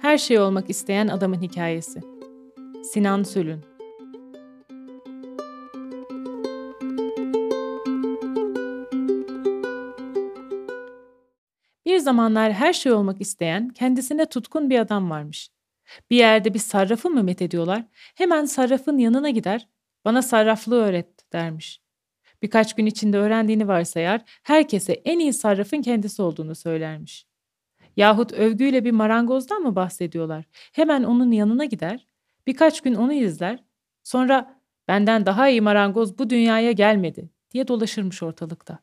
Her şey olmak isteyen adamın hikayesi. Sinan Sülün. Bir zamanlar her şey olmak isteyen, kendisine tutkun bir adam varmış. Bir yerde bir sarrafı mı methediyorlar, hemen sarrafın yanına gider, bana sarraflığı öğret dermiş. Birkaç gün içinde öğrendiğini varsayar, herkese en iyi sarrafın kendisi olduğunu söylermiş. Yahut övgüyle bir marangozdan mı bahsediyorlar? Hemen onun yanına gider, birkaç gün onu izler, sonra benden daha iyi marangoz bu dünyaya gelmedi diye dolaşırmış ortalıkta.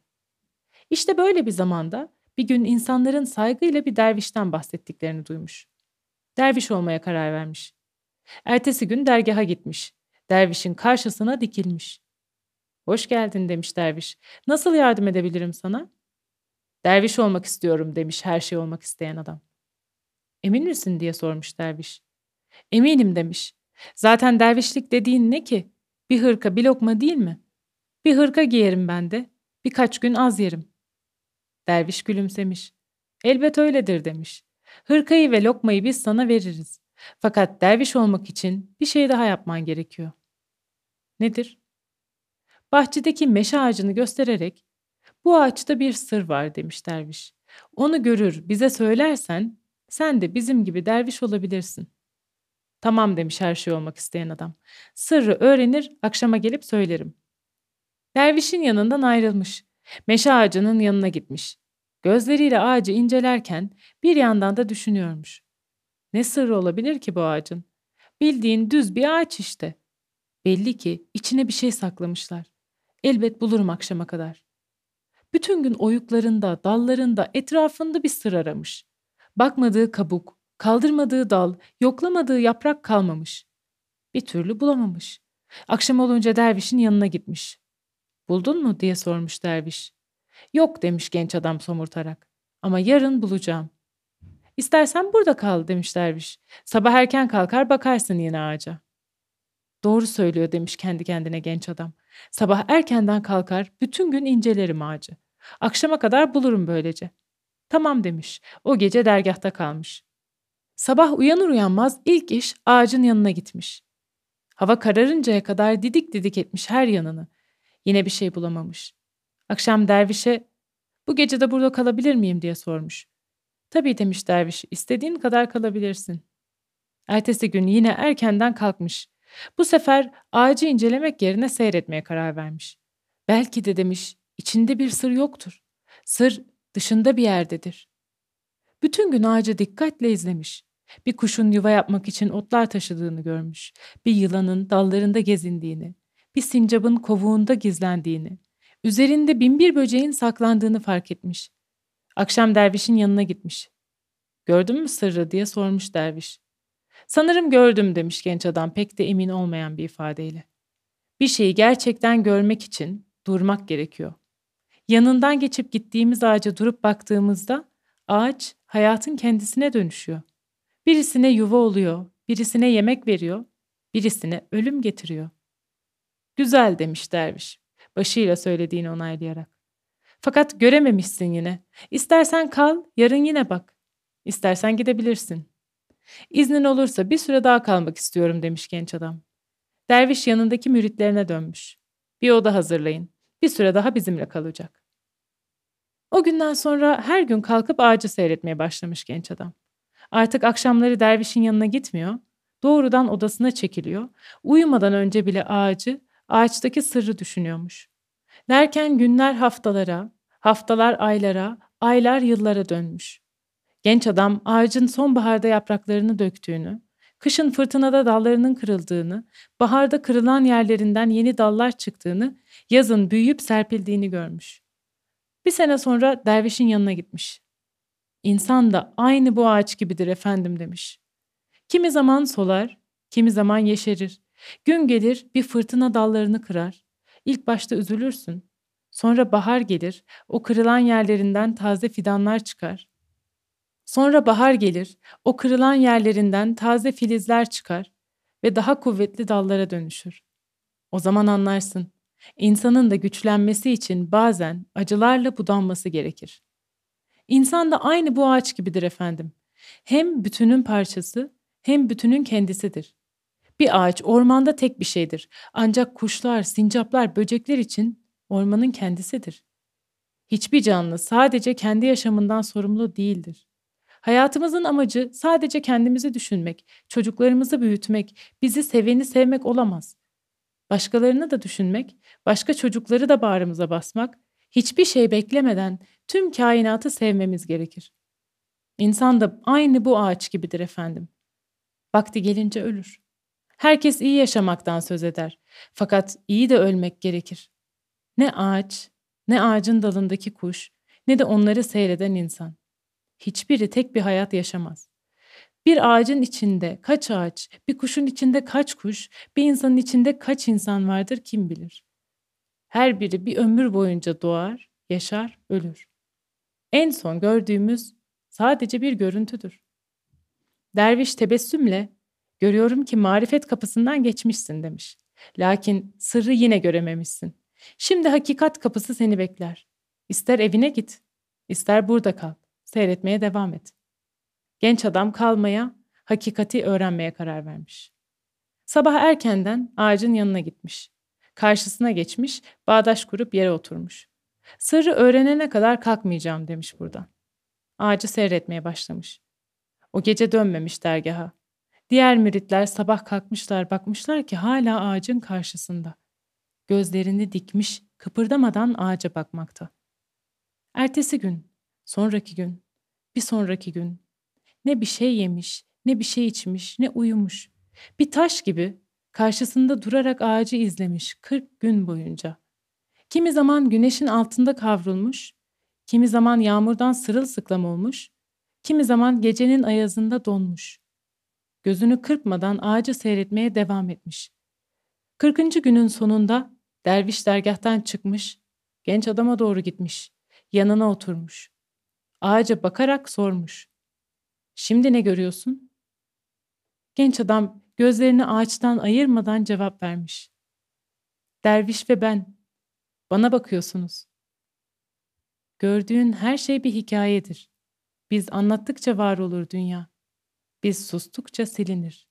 İşte böyle bir zamanda bir gün insanların saygıyla bir dervişten bahsettiklerini duymuş. Derviş olmaya karar vermiş. Ertesi gün dergaha gitmiş. Dervişin karşısına dikilmiş. "Hoş geldin," demiş derviş. "Nasıl yardım edebilirim sana?" "Derviş olmak istiyorum," demiş her şey olmak isteyen adam. "Emin misin?" diye sormuş derviş. "Eminim," demiş. "Zaten dervişlik dediğin ne ki? Bir hırka, bir lokma değil mi? Bir hırka giyerim ben de. Birkaç gün az yerim." Derviş gülümsemiş. "Elbet öyledir," demiş. "Hırkayı ve lokmayı biz sana veririz. Fakat derviş olmak için bir şey daha yapman gerekiyor." "Nedir?" Bahçedeki meşe ağacını göstererek, "Bu ağaçta bir sır var," demiş derviş. "Onu görür, bize söylersen, sen de bizim gibi derviş olabilirsin." "Tamam," demiş her şey olmak isteyen adam. "Sırrı öğrenir, akşama gelip söylerim." Dervişin yanından ayrılmış. Meşe ağacının yanına gitmiş. Gözleriyle ağacı incelerken bir yandan da düşünüyormuş. Ne sırrı olabilir ki bu ağacın? Bildiğin düz bir ağaç işte. Belli ki içine bir şey saklamışlar. Elbet bulurum akşama kadar. Bütün gün oyuklarında, dallarında, etrafında bir sır aramış. Bakmadığı kabuk, kaldırmadığı dal, yoklamadığı yaprak kalmamış. Bir türlü bulamamış. Akşam olunca dervişin yanına gitmiş. "Buldun mu?" diye sormuş derviş. "Yok," demiş genç adam somurtarak. "Ama yarın bulacağım." "İstersen burada kal," demiş derviş. "Sabah erken kalkar bakarsın yine ağaca." "Doğru söylüyor," demiş kendi kendine genç adam. "Sabah erkenden kalkar, bütün gün incelerim ağacı. Akşama kadar bulurum böylece." "Tamam," demiş. O gece dergâhta kalmış. Sabah uyanır uyanmaz ilk iş ağacın yanına gitmiş. Hava kararıncaya kadar didik didik etmiş her yanını. Yine bir şey bulamamış. Akşam dervişe, "Bu gece de burada kalabilir miyim?" diye sormuş. "Tabii," demiş derviş, "istediğin kadar kalabilirsin." Ertesi gün yine erkenden kalkmış. Bu sefer ağacı incelemek yerine seyretmeye karar vermiş. "Belki de," demiş, "içinde bir sır yoktur. Sır dışında bir yerdedir." Bütün gün ağacı dikkatle izlemiş. Bir kuşun yuva yapmak için otlar taşıdığını görmüş. Bir yılanın dallarında gezindiğini, bir sincabın kovuğunda gizlendiğini, üzerinde binbir böceğin saklandığını fark etmiş. Akşam dervişin yanına gitmiş. "Gördün mü sırrı?" diye sormuş derviş. "Sanırım gördüm," demiş genç adam pek de emin olmayan bir ifadeyle. Bir şeyi gerçekten görmek için durmak gerekiyor. Yanından geçip gittiğimiz ağaca durup baktığımızda ağaç hayatın kendisine dönüşüyor. Birisine yuva oluyor, birisine yemek veriyor, birisine ölüm getiriyor. "Güzel," demiş derviş, başıyla söylediğini onaylayarak. "Fakat görememişsin yine. İstersen kal, yarın yine bak. İstersen gidebilirsin." "İznin olursa bir süre daha kalmak istiyorum," demiş genç adam. Derviş yanındaki müritlerine dönmüş. "Bir oda hazırlayın. Bir süre daha bizimle kalacak." O günden sonra her gün kalkıp ağacı seyretmeye başlamış genç adam. Artık akşamları dervişin yanına gitmiyor, doğrudan odasına çekiliyor, uyumadan önce bile ağacı, ağaçtaki sırrı düşünüyormuş. Derken günler haftalara, haftalar aylara, aylar yıllara dönmüş. Genç adam ağacın sonbaharda yapraklarını döktüğünü, kışın fırtınada dallarının kırıldığını, baharda kırılan yerlerinden yeni dallar çıktığını, yazın büyüyüp serpildiğini görmüş. Bir sene sonra dervişin yanına gitmiş. "İnsan da aynı bu ağaç gibidir efendim," demiş. "Kimi zaman solar, kimi zaman yeşerir. Gün gelir bir fırtına dallarını kırar. İlk başta üzülürsün. Sonra bahar gelir, o kırılan yerlerinden taze fidanlar çıkar. Sonra bahar gelir, o kırılan yerlerinden taze filizler çıkar ve daha kuvvetli dallara dönüşür. O zaman anlarsın, insanın da güçlenmesi için bazen acılarla budanması gerekir. İnsan da aynı bu ağaç gibidir efendim. Hem bütünün parçası, hem bütünün kendisidir. Bir ağaç ormanda tek bir şeydir. Ancak kuşlar, sincaplar, böcekler için ormanın kendisidir. Hiçbir canlı sadece kendi yaşamından sorumlu değildir. Hayatımızın amacı sadece kendimizi düşünmek, çocuklarımızı büyütmek, bizi seveni sevmek olamaz. Başkalarını da düşünmek, başka çocukları da bağrımıza basmak, hiçbir şey beklemeden tüm kainatı sevmemiz gerekir. İnsan da aynı bu ağaç gibidir efendim. Vakti gelince ölür. Herkes iyi yaşamaktan söz eder. Fakat iyi de ölmek gerekir. Ne ağaç, ne ağacın dalındaki kuş, ne de onları seyreden insan. Hiçbiri tek bir hayat yaşamaz. Bir ağacın içinde kaç ağaç, bir kuşun içinde kaç kuş, bir insanın içinde kaç insan vardır kim bilir. Her biri bir ömür boyunca doğar, yaşar, ölür. En son gördüğümüz sadece bir görüntüdür. Derviş tebessümle, "Görüyorum ki marifet kapısından geçmişsin." demiş. Lakin sırrı yine görememişsin. Şimdi hakikat kapısı seni bekler. İster evine git, ister burada kal. Seyretmeye devam et. Genç adam kalmaya, hakikati öğrenmeye karar vermiş. Sabah erkenden ağacın yanına gitmiş. Karşısına geçmiş, bağdaş kurup yere oturmuş. Sırrı öğrenene kadar kalkmayacağım demiş buradan. Ağacı seyretmeye başlamış. O gece dönmemiş dergaha. Diğer müritler sabah kalkmışlar, bakmışlar ki hala ağacın karşısında. Gözlerini dikmiş, kıpırdamadan ağaca bakmakta. Ertesi gün, sonraki gün, bir sonraki gün. Ne bir şey yemiş, ne bir şey içmiş, ne uyumuş. Bir taş gibi karşısında durarak ağacı izlemiş 40 gün boyunca. Kimi zaman güneşin altında kavrulmuş, kimi zaman yağmurdan sırılsıklam olmuş, kimi zaman gecenin ayazında donmuş. Gözünü kırpmadan ağacı seyretmeye devam etmiş. 40. günün sonunda derviş dergâhtan çıkmış, genç adama doğru gitmiş, yanına oturmuş. Ağaca bakarak sormuş. "Şimdi ne görüyorsun?" Genç adam gözlerini ağaçtan ayırmadan cevap vermiş. "Derviş ve ben. Bana bakıyorsunuz. Gördüğün her şey bir hikayedir. Biz anlattıkça var olur dünya. Biz sustukça silinir."